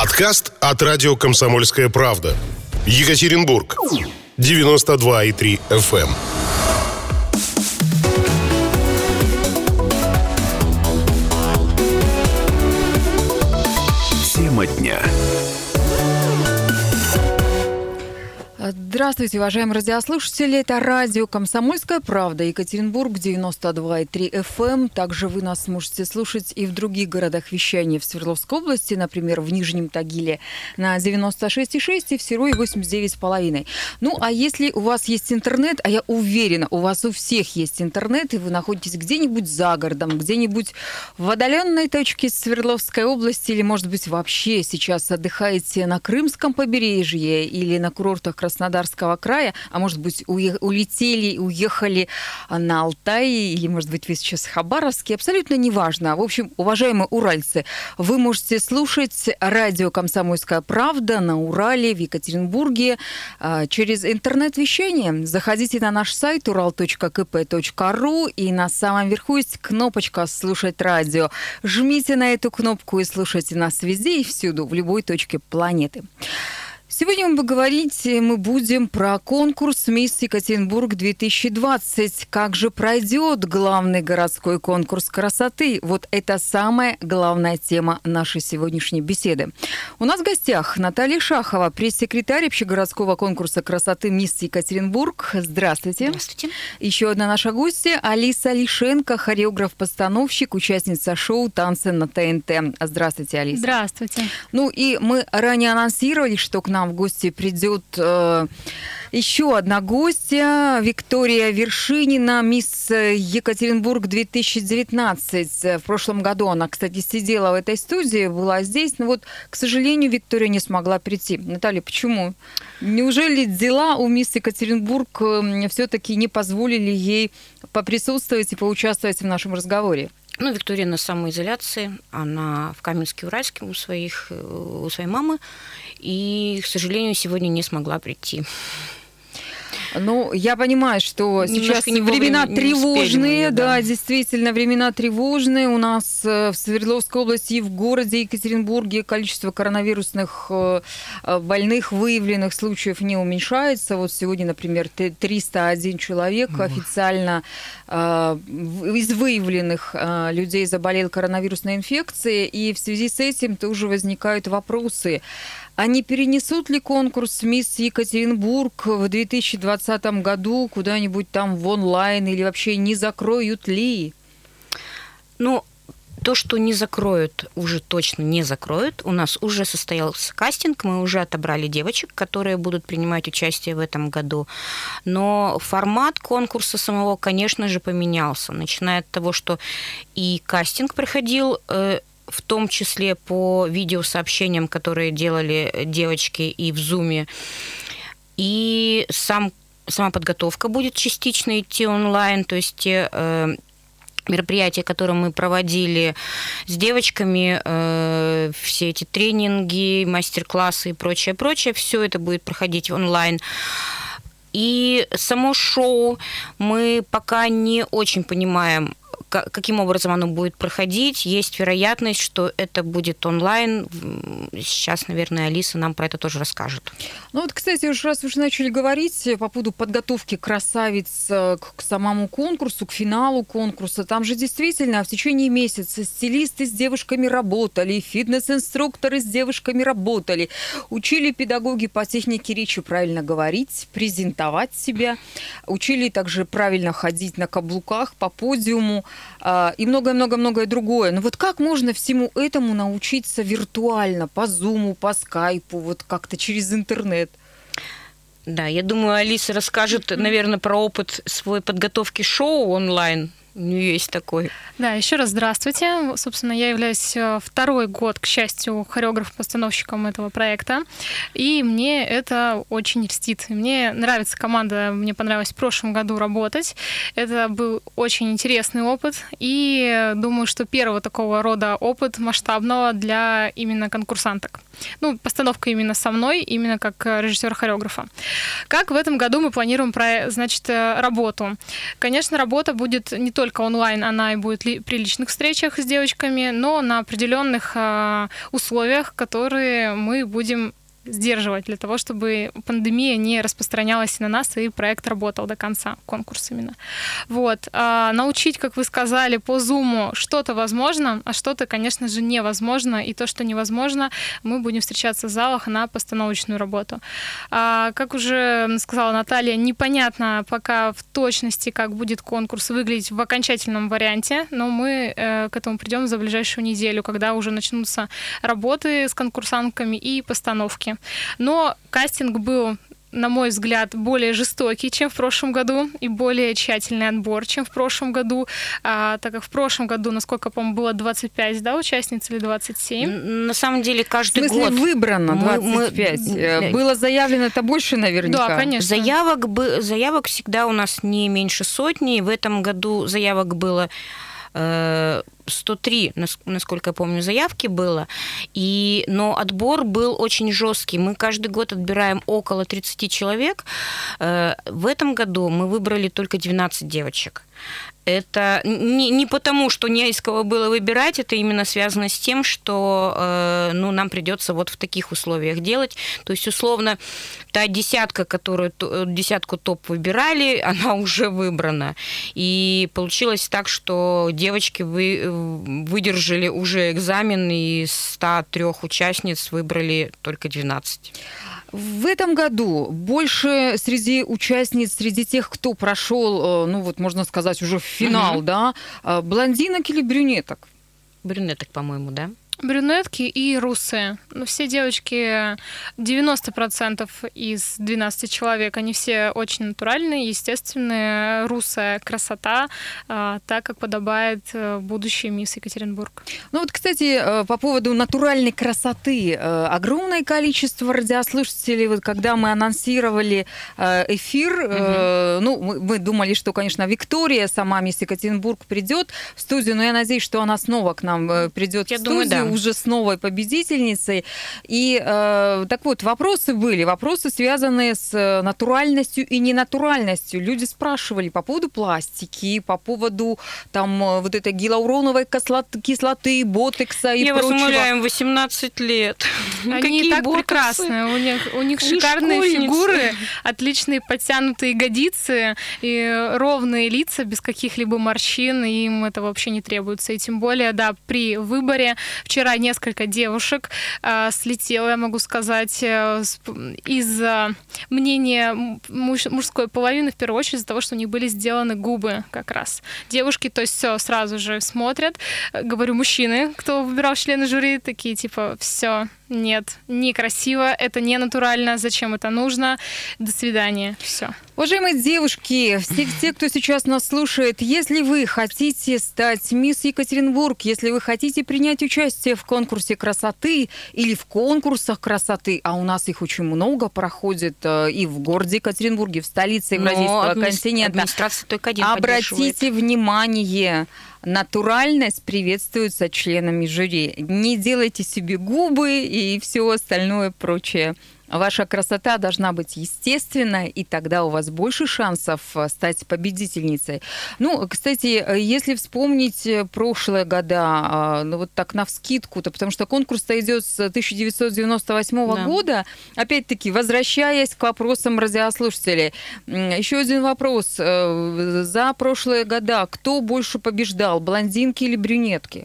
Подкаст от радио «Комсомольская правда». Екатеринбург. 92,3 FM. Тема дня. Здравствуйте, уважаемые радиослушатели. Это радио «Комсомольская правда», Екатеринбург, 92,3 FM. Также вы нас сможете слушать и в других городах вещания в Свердловской области, например, в Нижнем Тагиле на 96,6 и в Серое 89,5. Ну, а если у вас есть интернет, а я уверена, у вас у всех есть интернет, и вы находитесь где-нибудь за городом, где-нибудь в отдаленной точке Свердловской области, или, может быть, вообще сейчас отдыхаете на Крымском побережье или на курортах Краснодарского края, а может быть, улетели, уехали на Алтай, или, может быть, вы сейчас в Хабаровске, абсолютно неважно. В общем, уважаемые уральцы, вы можете слушать радио «Комсомольская правда» на Урале, в Екатеринбурге через интернет-вещание. Заходите на наш сайт ural.kp.ru, и на самом верху есть кнопочка «Слушать радио». Жмите на эту кнопку и слушайте нас везде и всюду, в любой точке планеты. Сегодня мы будем про конкурс «Мисс Екатеринбург-2020». Как же пройдет главный городской конкурс красоты? Вот это самая главная тема нашей сегодняшней беседы. У нас в гостях Наталья Шахова, пресс-секретарь общегородского конкурса красоты «Мисс Екатеринбург». Здравствуйте. Здравствуйте. Еще одна наша гостья Алиса Лишенко, хореограф-постановщик, участница шоу «Танцы на ТНТ». Здравствуйте, Алиса. Здравствуйте. Ну и мы ранее анонсировали, что к нам в гости придет еще одна гостья, Виктория Вершинина, мисс Екатеринбург 2019. В прошлом году она, кстати, сидела в этой студии, была здесь, но вот, к сожалению, Виктория не смогла прийти. Наталья, почему? Неужели дела у мисс Екатеринбург все-таки не позволили ей поприсутствовать и поучаствовать в нашем разговоре? Ну, Виктория на самоизоляции, она в Каменске-Уральске у своей мамы, и, к сожалению, сегодня не смогла прийти. Ну, я понимаю, что сейчас времена тревожные, да, действительно, времена тревожные. У нас в Свердловской области и в городе Екатеринбурге количество коронавирусных больных, выявленных случаев не уменьшается. Вот сегодня, например, 301 человек официально из выявленных людей заболел коронавирусной инфекцией, и в связи с этим тоже возникают вопросы. А не перенесут ли конкурс «Мисс Екатеринбург» в 2020 году куда-нибудь там в онлайн, или вообще не закроют ли? Ну, то, что не закроют, уже точно не закроют. У нас уже состоялся кастинг, мы уже отобрали девочек, которые будут принимать участие в этом году. Но формат конкурса самого, конечно же, поменялся. Начиная от того, что и кастинг проходил в том числе по видеосообщениям, которые делали девочки и в Зуме. И сама подготовка будет частично идти онлайн, то есть те мероприятия, которые мы проводили с девочками, все эти тренинги, мастер-классы и прочее, все это будет проходить онлайн. И само шоу мы пока не очень понимаем, каким образом оно будет проходить. Есть вероятность, что это будет онлайн. Сейчас, наверное, Алиса нам про это тоже расскажет. Ну вот, кстати, раз уже начали говорить по поводу подготовки красавиц к самому конкурсу, к финалу конкурса, там же действительно в течение месяца стилисты с девушками работали, фитнес-инструкторы с девушками работали, учили педагоги по технике речи правильно говорить, презентовать себя, учили также правильно ходить на каблуках по подиуму, и многое-многое другое. Но вот как можно всему этому научиться виртуально, по Зуму, по Скайпу, вот как-то через интернет? Да, я думаю, Алиса расскажет, наверное, про опыт своей подготовки шоу онлайн. У нее есть такой. Да, еще раз здравствуйте. Собственно, я являюсь второй год, к счастью, хореографом-постановщиком этого проекта. И мне это очень льстит. Мне нравится команда, мне понравилось в прошлом году работать. Это был очень интересный опыт. И думаю, что первого такого рода опыт масштабного для именно конкурсанток. Ну, постановка именно со мной, именно как режиссера-хореографа. Как в этом году мы планируем, работу? Конечно, работа будет не только только онлайн, она и будет при личных встречах с девочками, но на определенных условиях, которые мы будем сдерживать для того, чтобы пандемия не распространялась на нас и проект работал до конца, конкурс именно. Вот. Научить, как вы сказали, по Zoom что-то возможно, а что-то, конечно же, невозможно. И то, что невозможно, мы будем встречаться в залах на постановочную работу. Как уже сказала Наталья, непонятно пока в точности, как будет конкурс выглядеть в окончательном варианте, но мы к этому придем за ближайшую неделю, когда уже начнутся работы с конкурсантками и постановки. Но кастинг был, на мой взгляд, более жестокий, чем в прошлом году, и более тщательный отбор, чем в прошлом году, так как в прошлом году, насколько я помню, было 25, да, участниц или 27? На самом деле каждый год... В смысле, выбрано 25? Было заявлено это больше наверняка? Да, конечно. Заявок всегда у нас не меньше сотни, в этом году заявок было 103, насколько я помню, заявки было, но отбор был очень жесткий. Мы каждый год отбираем около 30 человек. В этом году мы выбрали только 12 девочек. Это не потому, что не из кого было выбирать, это именно связано с тем, что нам придется вот в таких условиях делать. То есть, условно, та десятку топ выбирали, она уже выбрана. И получилось так, что девочки выдержали уже экзамен, и из 103 участниц выбрали только 12. В этом году больше среди участниц, среди тех, кто прошел, можно сказать, уже в финал, да, блондинок или брюнеток? Брюнеток, по-моему, да? Брюнетки и русые. Все девочки, 90% из 12 человек, они все очень натуральные, естественные, русая красота, так, как подобает будущей мисс Екатеринбург. Кстати, по поводу натуральной красоты. Огромное количество радиослушателей, когда мы анонсировали эфир, мы думали, что, конечно, Виктория, сама мисс Екатеринбург, придет в студию, но я надеюсь, что она снова к нам придет в студию. Думаю, да. Уже с новой победительницей. И так вот, вопросы, связанные с натуральностью и ненатуральностью. Люди спрашивали по поводу пластики, по поводу вот этой гиалуроновой кислоты, ботекса и прочего. Я вас умоляю, 18 лет. Они так прекрасны. У них шикарные фигуры, отличные подтянутые ягодицы и ровные лица без каких-либо морщин. И им это вообще не требуется. И тем более, да, при выборе вчера несколько девушек слетело, я могу сказать, из мнения мужской половины, в первую очередь, из-за того, что у них были сделаны губы как раз. Девушки, то есть все сразу же смотрят. Говорю, мужчины, кто выбирал члены жюри, такие типа, все, нет, некрасиво, это не натурально, зачем это нужно, до свидания, все. Уважаемые девушки, все те, кто сейчас нас слушает, если вы хотите стать мисс Екатеринбург, если вы хотите принять участие в конкурсе красоты или в конкурсах красоты, а у нас их очень много проходит и в городе Екатеринбурге, в столице Евразийского континента, администрация только один обратите внимание, натуральность приветствуется членами жюри. Не делайте себе губы и все остальное прочее. Ваша красота должна быть естественной, и тогда у вас больше шансов стать победительницей. Кстати, если вспомнить прошлые года, вот так навскидку-то, потому что конкурс-то идет с 1998 года, опять-таки, возвращаясь к вопросам радиослушателей. Еще один вопрос. За прошлые года кто больше побеждал, блондинки или брюнетки?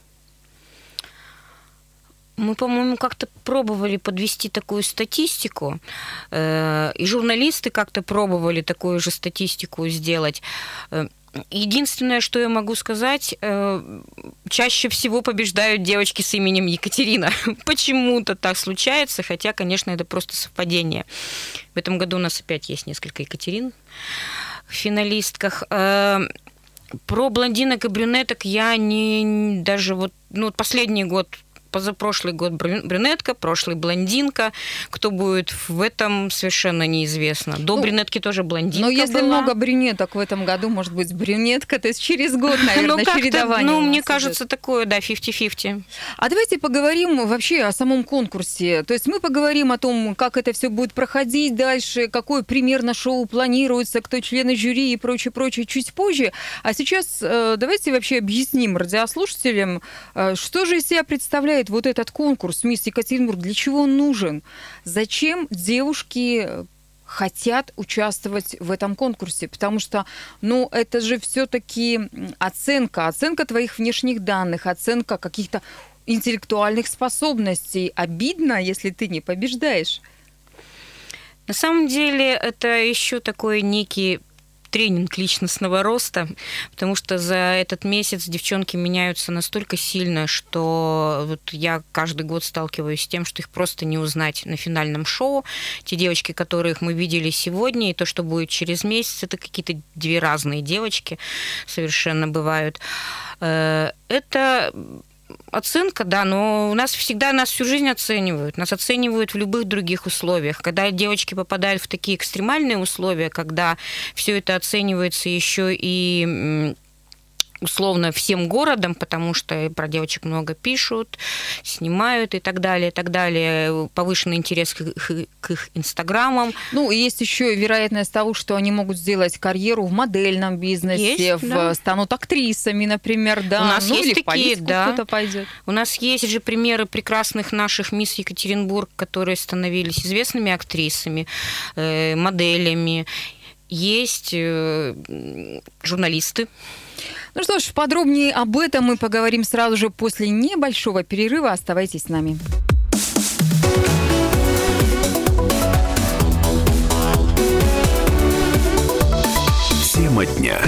Мы, по-моему, как-то пробовали подвести такую статистику, и журналисты как-то пробовали такую же статистику сделать. Единственное, что я могу сказать, чаще всего побеждают девочки с именем Екатерина. Почему-то так случается, хотя, конечно, это просто совпадение. В этом году у нас опять есть несколько Екатерин в финалистках. Про блондинок и брюнеток я даже последний год позапрошлый год брюнетка, прошлый блондинка. Кто будет в этом, совершенно неизвестно. До брюнетки тоже блондинка Но если была. много брюнеток в этом году, может быть, брюнетка, то есть через год, наверное, чередование. Ну, мне кажется, такое, да, 50-50. А давайте поговорим вообще о самом конкурсе. То есть мы поговорим о том, как это все будет проходить дальше, какое примерно шоу планируется, кто члены жюри и прочее, чуть позже. А сейчас давайте вообще объясним радиослушателям, что же из себя представляет вот этот конкурс «Мисс Екатеринбург», для чего он нужен, зачем девушки хотят участвовать в этом конкурсе, потому что, это же все-таки оценка твоих внешних данных, оценка каких-то интеллектуальных способностей. Обидно, если ты не побеждаешь. На самом деле это еще такой некий тренинг личностного роста, потому что за этот месяц девчонки меняются настолько сильно, что вот я каждый год сталкиваюсь с тем, что их просто не узнать на финальном шоу. Те девочки, которых мы видели сегодня, и то, что будет через месяц, это какие-то две разные девочки совершенно бывают. Это оценка, да, но нас всю жизнь оценивают. Нас оценивают в любых других условиях. Когда девочки попадают в такие экстремальные условия, когда все это оценивается еще и условно всем городом, потому что про девочек много пишут, снимают и так далее, повышенный интерес к их инстаграмам. Есть еще вероятность того, что они могут сделать карьеру в модельном бизнесе, станут актрисами, например, да. У нас есть или такие, в политику кто-то пойдет. У нас есть же примеры прекрасных наших мисс Екатеринбург, которые становились известными актрисами, моделями. Есть журналисты. Ну что ж, подробнее об этом мы поговорим сразу же после небольшого перерыва. Оставайтесь с нами. Тема дня.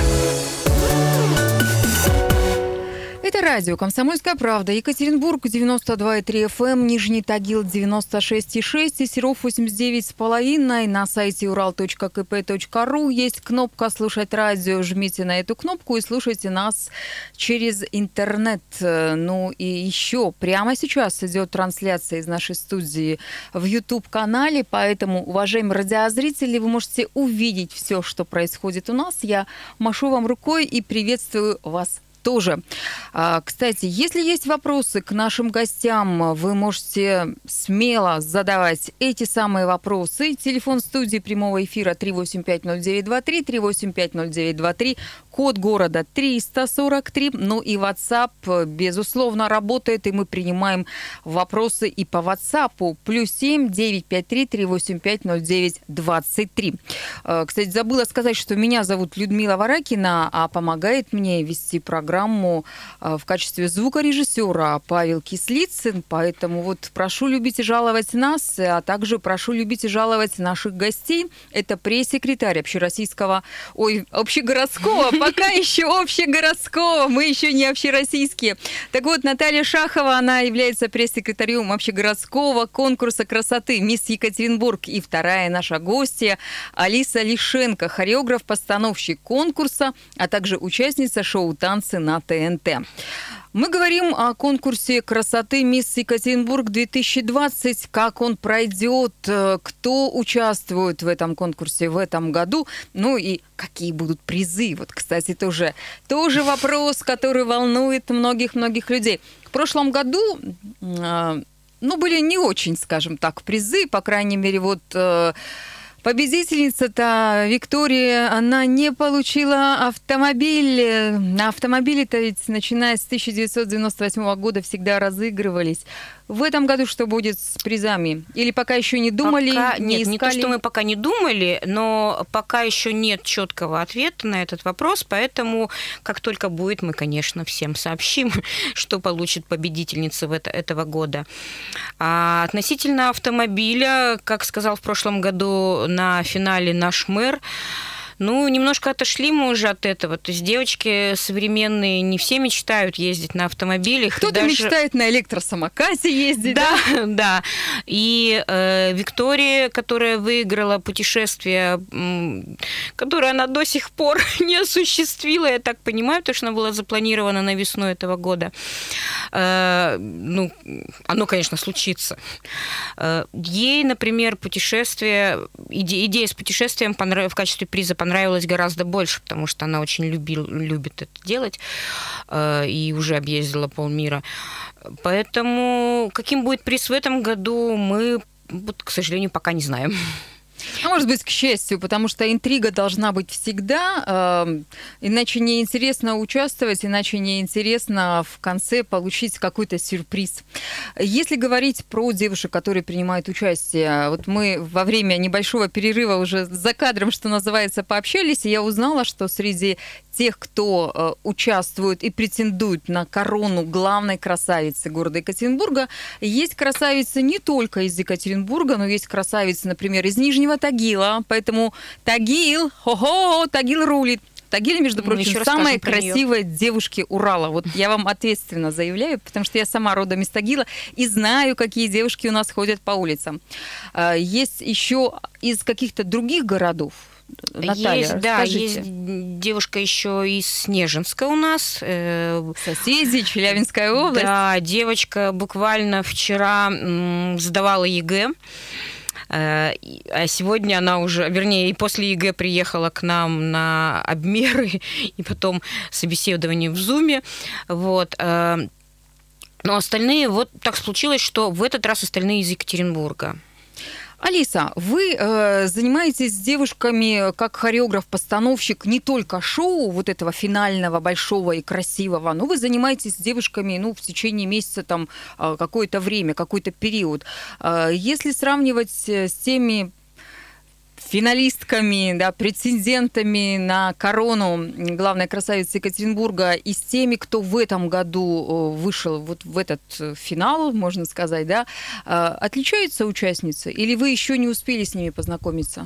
Это радио «Комсомольская правда». Екатеринбург 92,3 FM, Нижний Тагил 96,6 и Серов 89,5. На сайте ural.kp.ru есть кнопка «Слушать радио». Жмите на эту кнопку и слушайте нас через интернет. И еще прямо сейчас идет трансляция из нашей студии в YouTube-канале, поэтому, уважаемые радиозрители, вы можете увидеть все, что происходит у нас. Я машу вам рукой и приветствую вас тоже. Кстати, если есть вопросы к нашим гостям, вы можете смело задавать эти самые вопросы. Телефон студии прямого эфира 3850923, 3850923, код города 343. И WhatsApp, безусловно, работает, и мы принимаем вопросы и по WhatsApp. +7 953 385 0923. Кстати, забыла сказать, что меня зовут Людмила Варакина, а помогает мне вести программу в качестве звукорежиссера Павел Кислицын. Поэтому прошу любить и жаловать нас, а также прошу любить и жаловать наших гостей. Это пресс-секретарь общегородского, пока еще общегородского, мы еще не общероссийские. Так вот, Наталья Шахова, она является пресс-секретарем общегородского конкурса красоты «Мисс Екатеринбург». И вторая наша гостья Алиса Лишенко, хореограф-постановщик конкурса, а также участница шоу «Танцы на ТНТ». Мы говорим о конкурсе красоты «Мисс Екатеринбург-2020», как он пройдет, кто участвует в этом конкурсе в этом году, и какие будут призы. Кстати, тоже вопрос, который волнует многих людей. В прошлом году, были не очень, скажем так, призы, по крайней мере, победительница-то Виктория, она не получила автомобиль. На автомобили-то ведь, начиная с 1998 года, всегда разыгрывались. В этом году что будет с призами? Или пока еще не думали, не искали? Не то, что мы пока не думали, но пока еще нет четкого ответа на этот вопрос, поэтому как только будет, мы, конечно, всем сообщим, что получит победительница этого года. А относительно автомобиля, как сказал в прошлом году на финале наш мэр, Ну, немножко отошли мы уже от этого. То есть девочки современные не все мечтают ездить на автомобилях. Кто-то мечтает на электросамокате ездить. Да, да. И Виктория, которая выиграла путешествие, которое она до сих пор не осуществила, я так понимаю, потому что она была запланирована на весну этого года. Ну, оно, конечно, случится. Ей, например, идея с путешествием в качестве приза понравилась гораздо больше, потому что она очень любит это делать и уже объездила полмира. Поэтому каким будет приз в этом году, мы, к сожалению, пока не знаем. А может быть, к счастью, потому что интрига должна быть всегда, иначе неинтересно участвовать, иначе неинтересно в конце получить какой-то сюрприз. Если говорить про девушек, которые принимают участие, вот мы во время небольшого перерыва уже за кадром, что называется, пообщались, и я узнала, что среди тех, кто участвует и претендует на корону главной красавицы города Екатеринбурга, есть красавицы не только из Екатеринбурга, но есть красавицы, например, из Нижнего Тагила. Поэтому Тагил, Тагил рулит. Тагил, между прочим, самые красивые девушки Урала. Вот я вам ответственно заявляю, потому что я сама родом из Тагила и знаю, какие девушки у нас ходят по улицам. Есть еще из каких-то других городов. Наталья, есть, да, есть девушка еще из Снежинска у нас. Соседи, Челябинская область. Да, девочка буквально вчера сдавала ЕГЭ. А сегодня она уже, вернее, и после ЕГЭ приехала к нам на обмеры и потом собеседование в Зуме. Вот. Но остальные, вот так случилось, что в этот раз остальные из Екатеринбурга. Алиса, вы занимаетесь с девушками как хореограф-постановщик не только шоу вот этого финального, большого и красивого, но вы занимаетесь с девушками в течение месяца там какое-то время, какой-то период. Если сравнивать с теми финалистками, да, претендентами на корону главной красавицы Екатеринбурга и с теми, кто в этом году вышел вот в этот финал, можно сказать, да, отличаются участницы? Или вы еще не успели с ними познакомиться?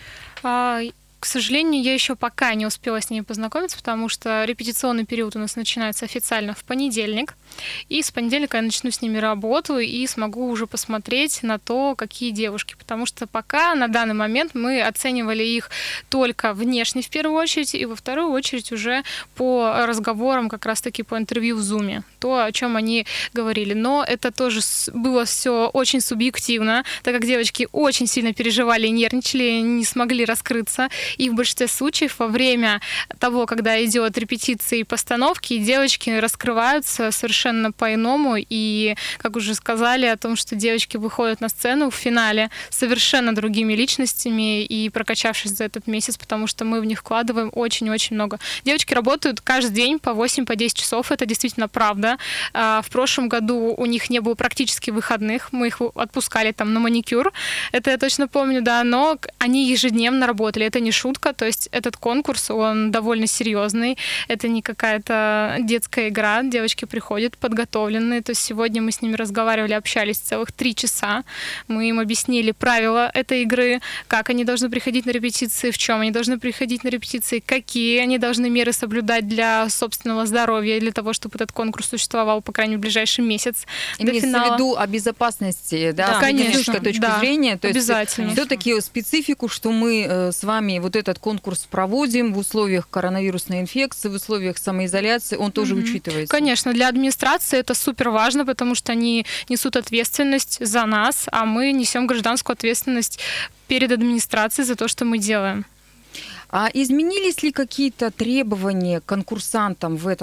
К сожалению, я еще пока не успела с ними познакомиться, потому что репетиционный период у нас начинается официально в понедельник. И с понедельника я начну с ними работу и смогу уже посмотреть на то, какие девушки. Потому что пока на данный момент мы оценивали их только внешне в первую очередь, и во вторую очередь уже по разговорам, как раз-таки по интервью в Зуме. То, о чем они говорили. Но это тоже было все очень субъективно, так как девочки очень сильно переживали и нервничали, не смогли раскрыться. И в большинстве случаев во время того, когда идет репетиции и постановки, девочки раскрываются совершенно по-иному. И, как уже сказали, о том, что девочки выходят на сцену в финале совершенно другими личностями и прокачавшись за этот месяц, потому что мы в них вкладываем очень-очень много. Девочки работают каждый день по 8-10 часов, это действительно правда. В прошлом году у них не было практически выходных, мы их отпускали там на маникюр, это я точно помню, да, но они ежедневно работали, это не шутка, то есть этот конкурс, он довольно серьезный, это не какая-то детская игра, девочки приходят подготовленные, то есть сегодня мы с ними разговаривали, общались целых 3 часа, мы им объяснили правила этой игры, как они должны приходить на репетиции, в чем они должны приходить на репетиции, какие они должны меры соблюдать для собственного здоровья, для того, чтобы этот конкурс существовал, по крайней мере, в ближайший месяц до финала. Имеется в виду о безопасности, да, с медицинской точки зрения, то есть обязательно. Все-таки специфику, что мы с вами вот этот конкурс проводим в условиях коронавирусной инфекции, в условиях самоизоляции, он тоже учитывается? Конечно, для администрации это супер важно, потому что они несут ответственность за нас, а мы несем гражданскую ответственность перед администрацией за то, что мы делаем. А изменились ли какие-то требования конкурсанткам в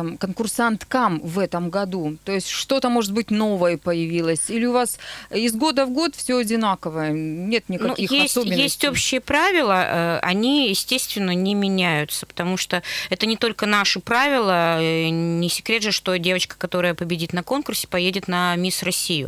этом году? То есть что-то, может быть, новое появилось? Или у вас из года в год все одинаковое? Нет никаких особенностей? Есть общие правила, они, естественно, не меняются, потому что это не только наши правила. Не секрет же, что девочка, которая победит на конкурсе, поедет на Мисс Россию.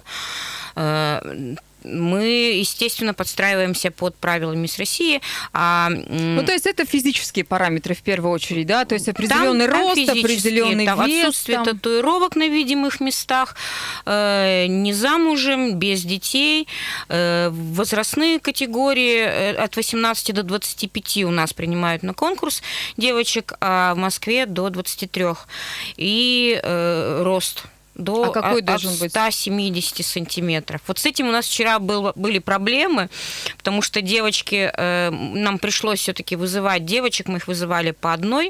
Мы, естественно, подстраиваемся под правила Мисс России. То есть это это физические параметры в первую очередь, да? То есть определенный рост, определенный вес. Отсутствие татуировок на видимых местах, не замужем, без детей, возрастные категории от 18 до 25 у нас принимают на конкурс девочек, а в Москве до 23. И рост до какой от должен быть? 170 сантиметров. Вот с этим у нас вчера были проблемы, потому что девочки, нам пришлось все-таки вызывать девочек, мы их вызывали по одной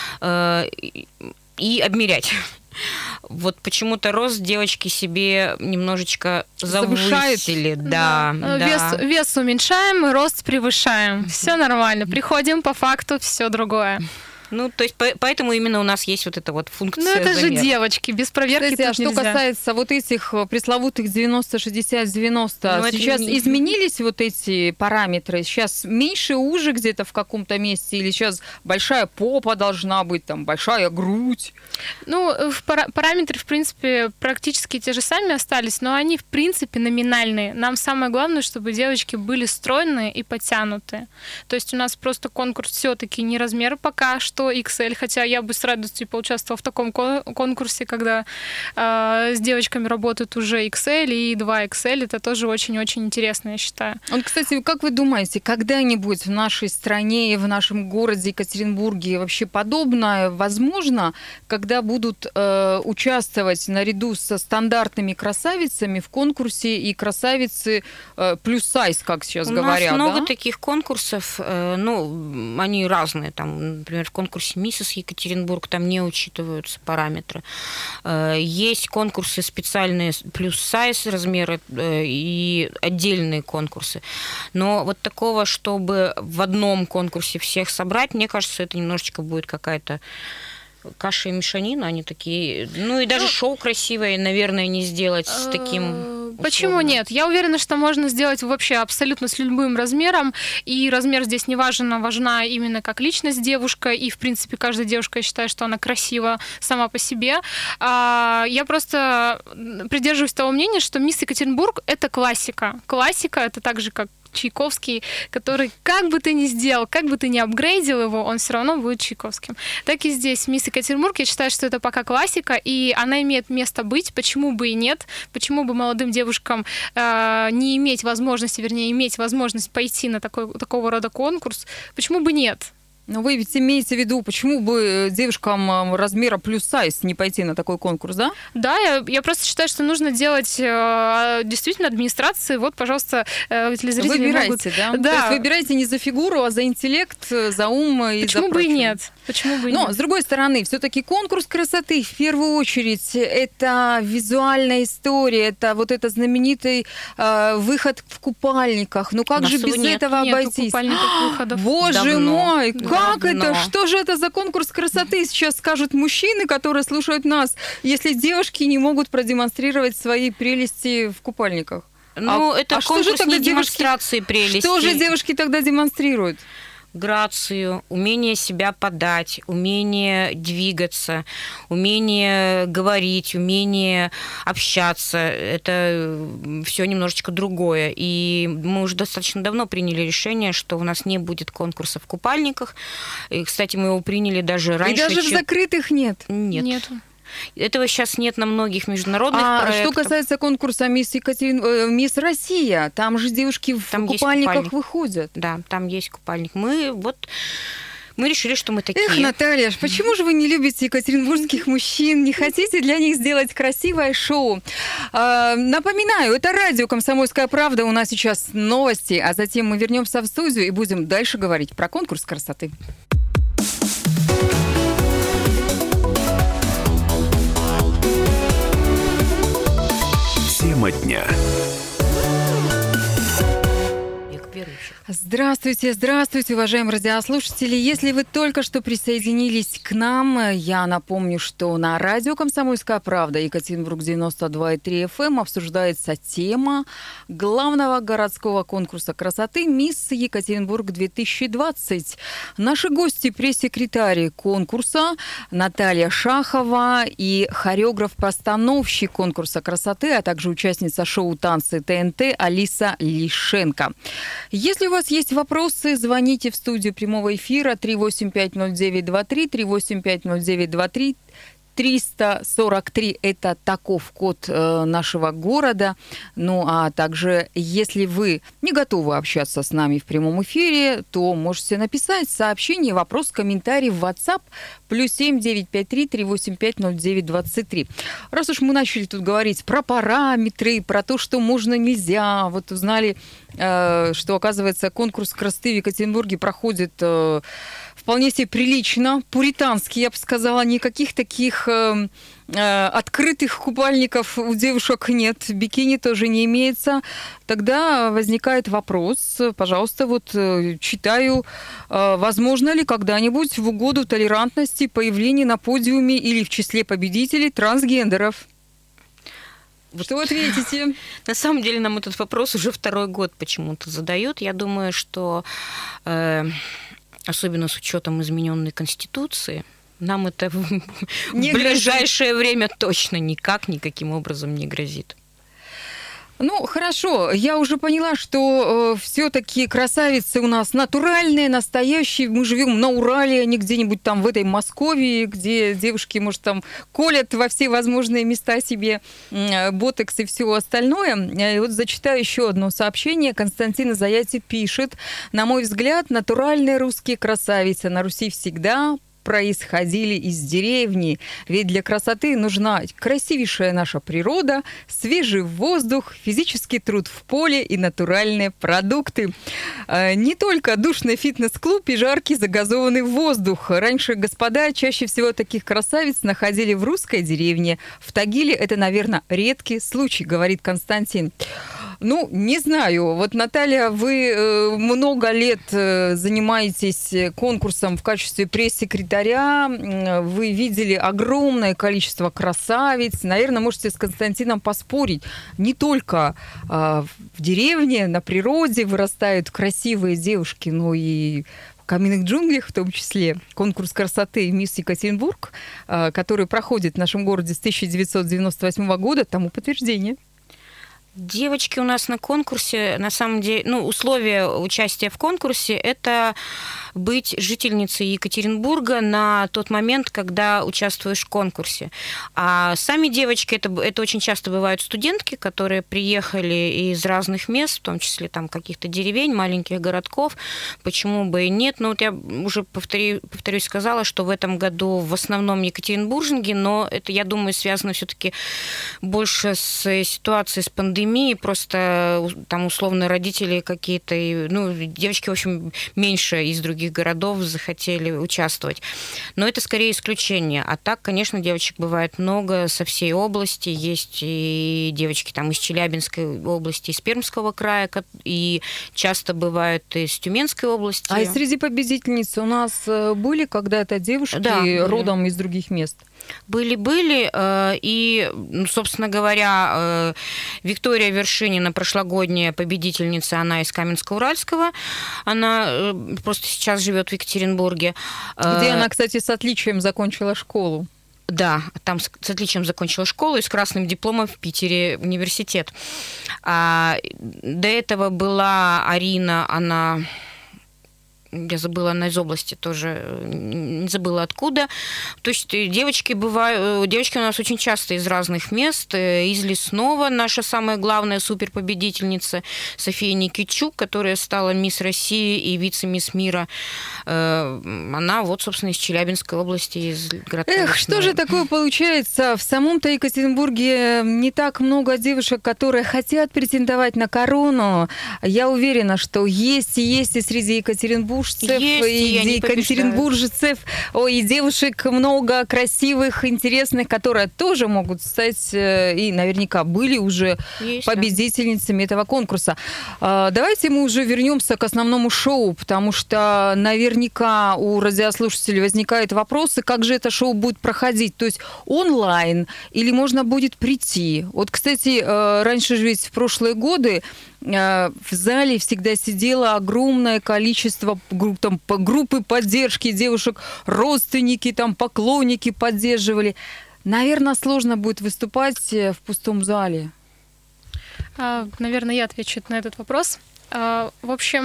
и обмерять. Вот почему-то рост девочки себе немножечко завысили. Да. Вес уменьшаем, рост превышаем. Все нормально. Приходим по факту, все другое. Ну, то есть поэтому именно у нас есть вот эта вот функция. Ну, это замера. же девочки, без проверки. Кстати, а что касается вот этих пресловутых 90, 60, 90, Ну, сейчас изменились вот эти параметры? Сейчас меньше, уже где-то в каком-то месте? Или сейчас большая попа должна быть, там, большая грудь? Ну, параметры, в принципе, практически те же сами остались, но они, в принципе, номинальные. Нам самое главное, чтобы девочки были стройные и подтянутые. То есть у нас просто конкурс все-таки не размер пока что XL, хотя я бы с радостью поучаствовала в таком конкурсе, когда с девочками работают уже XL и 2XL. Это тоже очень-очень интересно, я считаю. Вот, кстати, как вы думаете, когда-нибудь в нашей стране и в нашем городе Екатеринбурге вообще подобное возможно, когда будут участвовать наряду со стандартными красавицами в конкурсе и красавицы плюс сайз, как сейчас говорят? У нас много да? таких конкурсов, ну, они разные. Там, например, в конкурсе «Миссис Екатеринбург» там не учитываются параметры. Есть конкурсы специальные плюс сайз размеры и отдельные конкурсы. Но вот такого, чтобы в одном конкурсе всех собрать, мне кажется, это немножечко будет какая-то каша и мешанина, они такие... Ну и даже шоу красивое, наверное, не сделать с таким... Почему нет? Я уверена, что можно сделать вообще абсолютно с любым размером, и размер здесь не важен, а важна именно как личность девушка, и, в принципе, каждая девушка, я считаю, что она красива сама по себе. Я просто придерживаюсь того мнения, что «Мисс Екатеринбург» — это классика. Классика — это так же, как Чайковский, который, как бы ты ни сделал, как бы ты ни апгрейдил его, он все равно будет Чайковским. Так и здесь «Мисс Екатеринбург», я считаю, что это пока классика, и она имеет место быть, почему бы и нет, почему бы молодым девушкам не иметь возможности, вернее, иметь возможность пойти на такого рода конкурс, почему бы нет? Но вы ведь имеете в виду, почему бы девушкам размера плюс сайз не пойти на такой конкурс, да? Да, я просто считаю, что нужно делать действительно администрации. Вот, пожалуйста, телезрители выбирайте, могут... да? Да. То есть выбирайте не за фигуру, а за интеллект, за ум и Почему за бы и прочее. нет? Почему бы и Но, нет? с другой стороны, все-таки конкурс красоты, в первую очередь, это визуальная история, это вот этот знаменитый выход в купальниках. Ну как же без этого обойтись? Боже Давно. мой, как Давно. это? Что же это за конкурс красоты? Сейчас скажут мужчины, которые слушают нас, если девушки не могут продемонстрировать свои прелести в купальниках. Ну, это что же конкурс тогда не демонстрации прелести. Что же девушки тогда демонстрируют? Грацию, умение себя подать, умение двигаться, умение говорить, умение общаться. Это все немножечко другое. И мы уже достаточно давно приняли решение, что у нас не будет конкурса в купальниках. И, кстати, мы его приняли даже раньше. И даже в закрытых нет? Нет. Нету. Этого сейчас нет на многих международных проектах. Что касается конкурса «Мисс Россия», там же девушки в купальниках выходят. Да, там есть купальник. Мы решили, что мы такие. Эх, Наталья, почему же вы не любите екатеринбургских мужчин? Не хотите для них сделать красивое шоу? Напоминаю, это радио «Комсомольская правда». У нас сейчас новости, а затем мы вернемся в студию и будем дальше говорить про конкурс красоты. Тема дня. Здравствуйте, здравствуйте, уважаемые радиослушатели. Если вы только что присоединились к нам, я напомню, что на радио «Комсомольская правда» Екатеринбург 92,3 FM обсуждается тема главного городского конкурса красоты «Мисс Екатеринбург-2020». Наши гости – пресс-секретарь конкурса Наталья Шахова и хореограф-постановщик конкурса красоты, а также участница шоу «Танцы ТНТ» Алиса Лишенко. Если у вас вас есть вопросы, звоните в студию прямого эфира 3850923, 3850923. 343 – это таков код нашего города. Ну, а также, если вы не готовы общаться с нами в прямом эфире, то можете написать сообщение, вопрос, комментарий в WhatsApp +7 953 385 0923. Раз уж мы начали тут говорить про параметры, про то, что можно, нельзя, вот узнали, что, оказывается, конкурс красоты в Екатеринбурге проходит вполне себе прилично, пуритански, я бы сказала, никаких таких открытых купальников у девушек нет, бикини тоже не имеется. Тогда возникает вопрос, пожалуйста, вот читаю, возможно ли когда-нибудь в угоду толерантности появление на подиуме или в числе победителей трансгендеров? Что вы ответите? На самом деле нам этот вопрос уже второй год почему-то задают. Я думаю, что особенно с учетом измененной Конституции, нам это в ближайшее время точно никаким образом не грозит. Ну, хорошо, я уже поняла, что все-таки красавицы у нас натуральные, настоящие. Мы живем на Урале, а не где-нибудь там в этой Москве, где девушки, может, там колят во все возможные места себе ботекс и все остальное. И вот зачитаю еще одно сообщение. Константин Заяти пишет: на мой взгляд, натуральные русские красавицы на Руси всегда происходили из деревни, ведь для красоты нужна красивейшая наша природа, свежий воздух, физический труд в поле и натуральные продукты. Не только душный фитнес-клуб и жаркий загазованный воздух. Раньше господа чаще всего таких красавиц находили в русской деревне. В Тагиле это, наверное, редкий случай, говорит Константин. Ну, не знаю. Вот, Наталья, вы много лет занимаетесь конкурсом в качестве пресс-секретаря. Вы видели огромное количество красавиц. Наверное, можете с Константином поспорить. Не только в деревне, на природе вырастают красивые девушки, но и в каменных джунглях, в том числе. Конкурс красоты «Мисс Екатеринбург», который проходит в нашем городе с 1998 года, тому подтверждение. Девочки у нас на конкурсе, на самом деле, условия участия в конкурсе – это быть жительницей Екатеринбурга на тот момент, когда участвуешь в конкурсе. А сами девочки, это очень часто бывают студентки, которые приехали из разных мест, в том числе там каких-то деревень, маленьких городков. Почему бы и нет? Вот я уже повторюсь, сказала, что в этом году в основном екатеринбурженки, но это, я думаю, связано все-таки больше с ситуацией с пандемией. Просто там условно родители какие-то, девочки, в общем, меньше из других городов захотели участвовать. Но это скорее исключение. А так, конечно, девочек бывает много со всей области. Есть и девочки там из Челябинской области, из Пермского края, и часто бывают из Тюменской области. А и среди победительниц у нас были когда-то девушки родом из других мест? Были. И, собственно говоря, Виктория Вершинина, прошлогодняя победительница, она из Каменска-Уральского. Она просто сейчас живет в Екатеринбурге. Где она, кстати, с отличием закончила школу. Да, там с отличием закончила школу и с красным дипломом в Питере университет. До этого была Арина, я забыла, она из области тоже, не забыла откуда. То есть девочки у нас очень часто из разных мест. Из Лесного наша самая главная суперпобедительница София Никитчук, которая стала мисс России и вице-мисс мира. Она собственно, из Челябинской области, из городка. Эх, что же такое получается? В самом-то Екатеринбурге не так много девушек, которые хотят претендовать на корону. Я уверена, что есть и среди екатеринбуржцев, и екатеринбуржцев, и девушек много красивых, интересных, которые тоже могут стать и наверняка были уже победительницами этого конкурса. Давайте мы уже вернемся к основному шоу, потому что наверняка у радиослушателей возникают вопросы, как же это шоу будет проходить, то есть онлайн или можно будет прийти. Вот, кстати, раньше же ведь в прошлые годы в зале всегда сидело огромное количество группы поддержки девушек, родственники, поклонники поддерживали. Наверное, сложно будет выступать в пустом зале. Наверное, я отвечу на этот вопрос. В общем,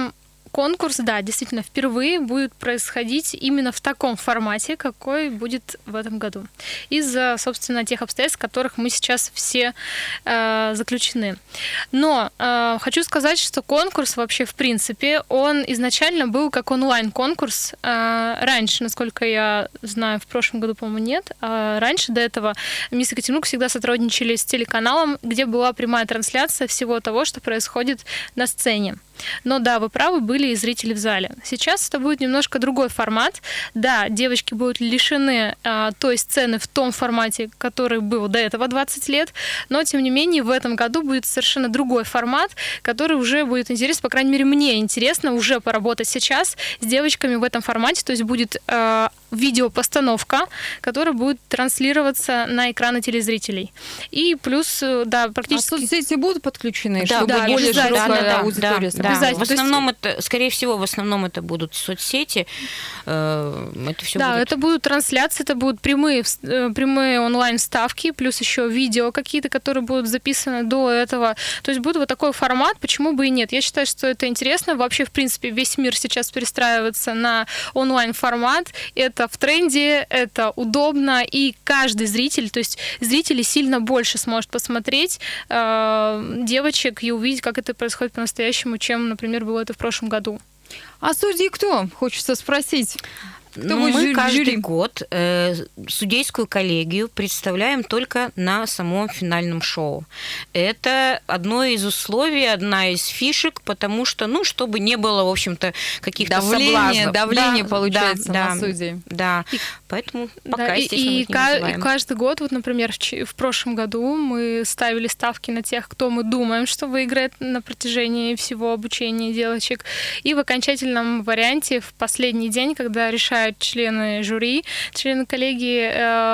конкурс, да, действительно, впервые будет происходить именно в таком формате, какой будет в этом году. Из-за, собственно, тех обстоятельств, в которых мы сейчас все заключены. Но хочу сказать, что конкурс вообще, в принципе, он изначально был как онлайн-конкурс. Раньше, насколько я знаю, в прошлом году, по-моему, нет. А раньше, до этого, Мисс Екатеринбург всегда сотрудничали с телеканалом, где была прямая трансляция всего того, что происходит на сцене. Но да, вы правы, были и зрители в зале. Сейчас это будет немножко другой формат. Да, девочки будут лишены той сцены в том формате, который был до этого 20 лет, но, тем не менее, в этом году будет совершенно другой формат, который уже будет интересен, по крайней мере, мне интересно уже поработать сейчас с девочками в этом формате, то есть будет видеопостановка, которая будет транслироваться на экраны телезрителей. И плюс, да, практически... А соцсети будут подключены, да, чтобы более широкая аудитория? Да. В основном это, скорее всего, это будут соцсети. Это все да, будет... это будут трансляции, это будут прямые онлайн-вставки, плюс еще видео какие-то, которые будут записаны до этого. То есть будет вот такой формат, почему бы и нет. Я считаю, что это интересно. Вообще, в принципе, весь мир сейчас перестраивается на онлайн-формат. Это в тренде, это удобно, и каждый зритель, то есть зрители сильно больше сможет посмотреть девочек и увидеть, как это происходит по-настоящему, чем, например, было это в прошлом году. А судьи кто? Хочется спросить. Мы каждый год судейскую коллегию представляем только на самом финальном шоу. Это одно из условий, одна из фишек, потому что, чтобы не было, в общем-то, каких-то соблазнов. Давление получается на судей. Да, поэтому пока, естественно, и каждый год, вот, например, в прошлом году мы ставили ставки на тех, кто мы думаем, что выиграет на протяжении всего обучения девочек. И в окончательном варианте, в последний день, когда решают члены жюри, члены коллегии,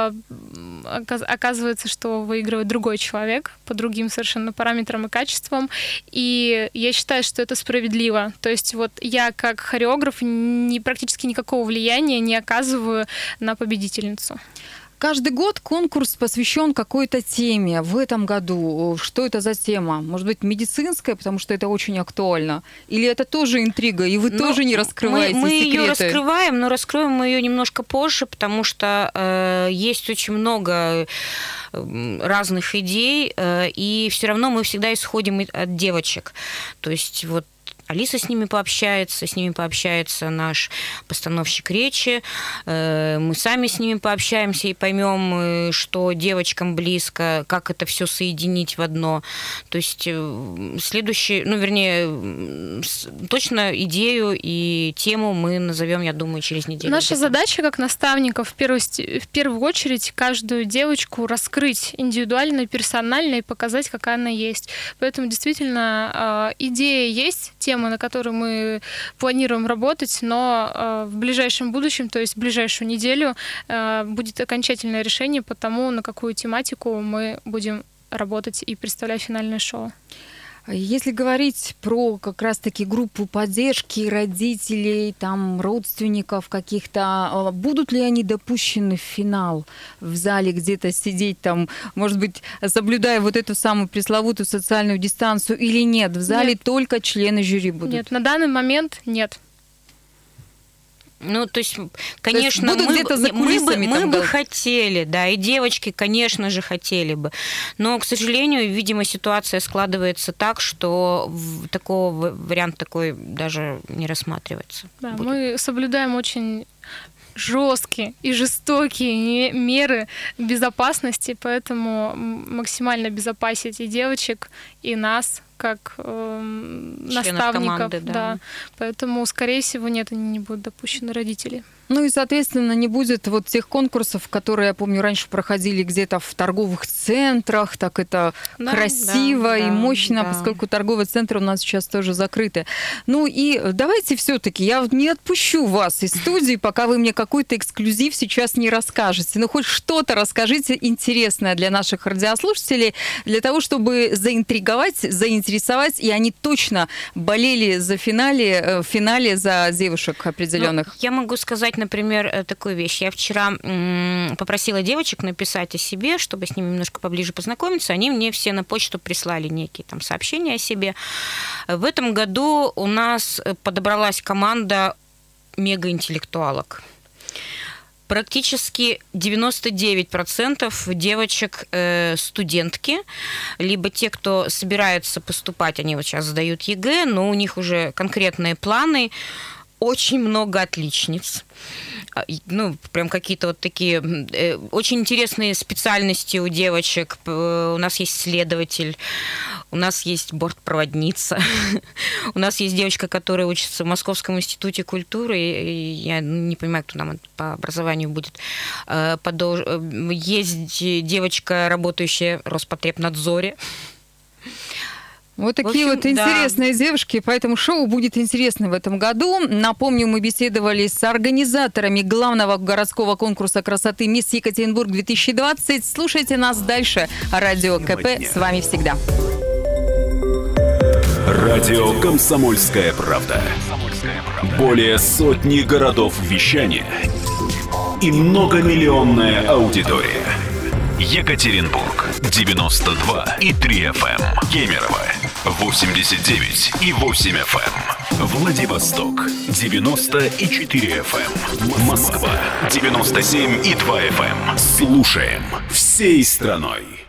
оказывается, что выигрывает другой человек по другим совершенно параметрам и качествам. И я считаю, что это справедливо. То есть вот я как хореограф практически никакого влияния не оказываю на победительницу. Каждый год конкурс посвящен какой-то теме. В этом году что это за тема? Может быть, медицинская, потому что это очень актуально? Или это тоже интрига, и вы тоже не раскрываете мы секреты? Мы ее раскрываем, но раскроем мы ее немножко позже, потому что есть очень много разных идей, и все равно мы всегда исходим от девочек. То есть вот Алиса с ними пообщается наш постановщик речи, мы сами с ними пообщаемся и поймем, что девочкам близко, как это все соединить в одно. То есть точно идею и тему мы назовем, я думаю, через неделю. Наша задача как наставников в первую очередь каждую девочку раскрыть индивидуально, персонально и показать, какая она есть. Поэтому действительно идея есть, тема, на которой мы планируем работать, но в ближайшем будущем, то есть в ближайшую неделю, будет окончательное решение по тому, на какую тематику мы будем работать и представлять финальное шоу. Если говорить про как раз-таки группу поддержки родителей, там, родственников каких-то, будут ли они допущены в финал, в зале где-то сидеть, там, может быть, соблюдая вот эту самую пресловутую социальную дистанцию, или нет? В зале нет. Только члены жюри будут? Нет, на данный момент нет. То есть, конечно, мы бы хотели, да, и девочки, конечно же, хотели бы. Но, к сожалению, видимо, ситуация складывается так, что вариант такой даже не рассматривается. Да, мы соблюдаем очень жесткие и жестокие меры безопасности, поэтому максимально обезопасить и девочек, и нас, как наставников. Команды, да. Поэтому, скорее всего, нет, они не будут допущены родители. И, соответственно, не будет вот тех конкурсов, которые, я помню, раньше проходили где-то в торговых центрах, так это красиво и мощно, поскольку торговые центры у нас сейчас тоже закрыты. И давайте все-таки, я не отпущу вас из студии, пока вы мне какой-то эксклюзив сейчас не расскажете. Хоть что-то расскажите интересное для наших радиослушателей, для того, чтобы заинтересовать, и они точно болели в финале за девушек определенных. Я могу сказать сказать, например, такую вещь. Я вчера попросила девочек написать о себе, чтобы с ними немножко поближе познакомиться. Они мне все на почту прислали некие там сообщения о себе. В этом году у нас подобралась команда мегаинтеллектуалок. Практически 99% девочек студентки, либо те, кто собираются поступать, они вот сейчас сдают ЕГЭ, но у них уже конкретные планы. Очень много отличниц. Ну, прям какие-то вот такие очень интересные специальности у девочек. У нас есть следователь, у нас есть бортпроводница, у нас есть девочка, которая учится в Московском институте культуры, и я не понимаю, кто нам по образованию будет. Есть девочка, работающая в Роспотребнадзоре. Вот такие вот интересные девушки, поэтому шоу будет интересным в этом году. Напомню, мы беседовали с организаторами главного городского конкурса красоты «Мисс Екатеринбург-2020». Слушайте нас дальше. Радио КП с вами всегда. Радио «Комсомольская правда». Более сотни городов вещания и многомиллионная аудитория. Екатеринбург 92,3 FM. Кемерово 89,8 FM. Владивосток 90,4 FM. Москва 97,2 FM. Слушаем всей страной.